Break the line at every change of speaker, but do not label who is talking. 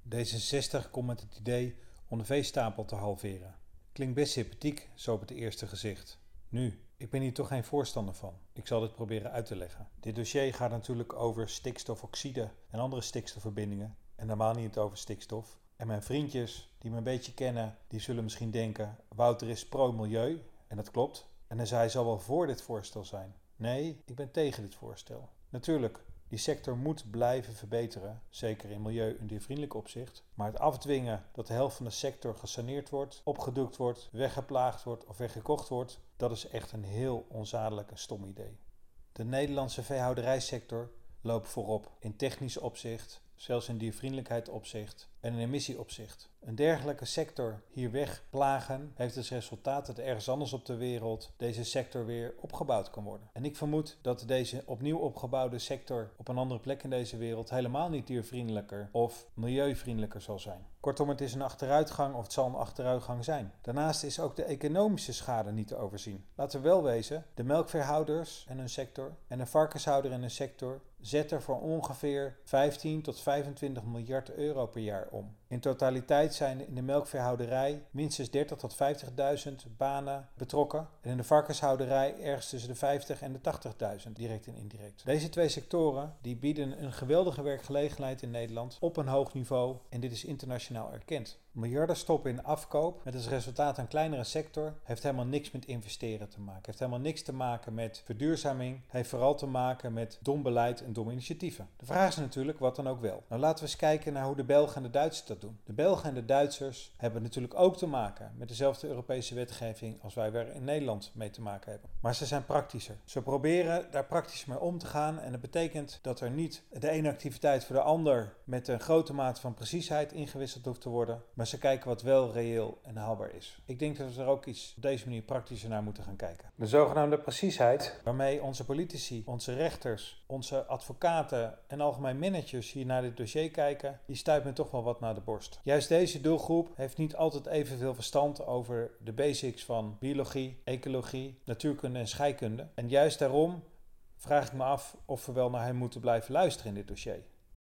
D66 komt met het idee om de veestapel te halveren. Klinkt best sympathiek, zo op het eerste gezicht. Nu, ik ben hier toch geen voorstander van. Ik zal dit proberen uit te leggen. Dit dossier gaat natuurlijk over stikstofoxide en andere stikstofverbindingen. En normaal niet over stikstof. En mijn vriendjes die me een beetje kennen, die zullen misschien denken: Wouter is pro-milieu. En dat klopt. En dan zou hij zal wel voor dit voorstel zijn. Nee, ik ben tegen dit voorstel. Natuurlijk, die sector moet blijven verbeteren, zeker in milieu- en diervriendelijk opzicht. Maar het afdwingen dat de helft van de sector gesaneerd wordt, opgedoekt wordt, weggeplaagd wordt of weggekocht wordt, dat is echt een heel onzadelijk en stom idee. De Nederlandse veehouderijsector loopt voorop in technisch opzicht, zelfs in diervriendelijkheid opzicht en in emissieopzicht. Een dergelijke sector hier wegplagen heeft als resultaat dat ergens anders op de wereld deze sector weer opgebouwd kan worden. En ik vermoed dat deze opnieuw opgebouwde sector op een andere plek in deze wereld helemaal niet diervriendelijker of milieuvriendelijker zal zijn. Kortom, het is een achteruitgang of het zal een achteruitgang zijn. Daarnaast is ook de economische schade niet te overzien. Laten we wel wezen, de melkveehouders en hun sector en de varkenshouder en hun sector zetten voor ongeveer 15 tot 25 miljard euro per jaar om. In totaliteit zijn in de melkveehouderij minstens 30 tot 50.000 banen betrokken en in de varkenshouderij ergens tussen de 50 en de 80.000, direct en indirect. Deze twee sectoren die bieden een geweldige werkgelegenheid in Nederland op een hoog niveau en dit is internationaal erkend. Miljarden stoppen in afkoop met als resultaat een kleinere sector heeft helemaal niks met investeren te maken. Heeft helemaal niks te maken met verduurzaming. Heeft vooral te maken met dom beleid en domme initiatieven. De vraag is natuurlijk wat dan ook wel. Nou, laten we eens kijken naar hoe de Belgen en de Duitsers dat doen. De Belgen en de Duitsers hebben natuurlijk ook te maken met dezelfde Europese wetgeving als wij weer in Nederland mee te maken hebben. Maar ze zijn praktischer. Ze proberen daar praktisch mee om te gaan en dat betekent dat er niet de ene activiteit voor de ander met een grote mate van preciesheid ingewisseld hoeft te worden, maar ze kijken wat wel reëel en haalbaar is. Ik denk dat we er ook iets op deze manier praktischer naar moeten gaan kijken. De zogenaamde preciesheid, waarmee onze politici, onze rechters, onze advocaten en algemeen managers hier naar dit dossier kijken, die stuit me toch wel wat naar de borst. Juist deze doelgroep heeft niet altijd evenveel verstand over de basics van biologie, ecologie, natuurkunde en scheikunde. En juist daarom vraag ik me af of we wel naar hen moeten blijven luisteren in dit dossier.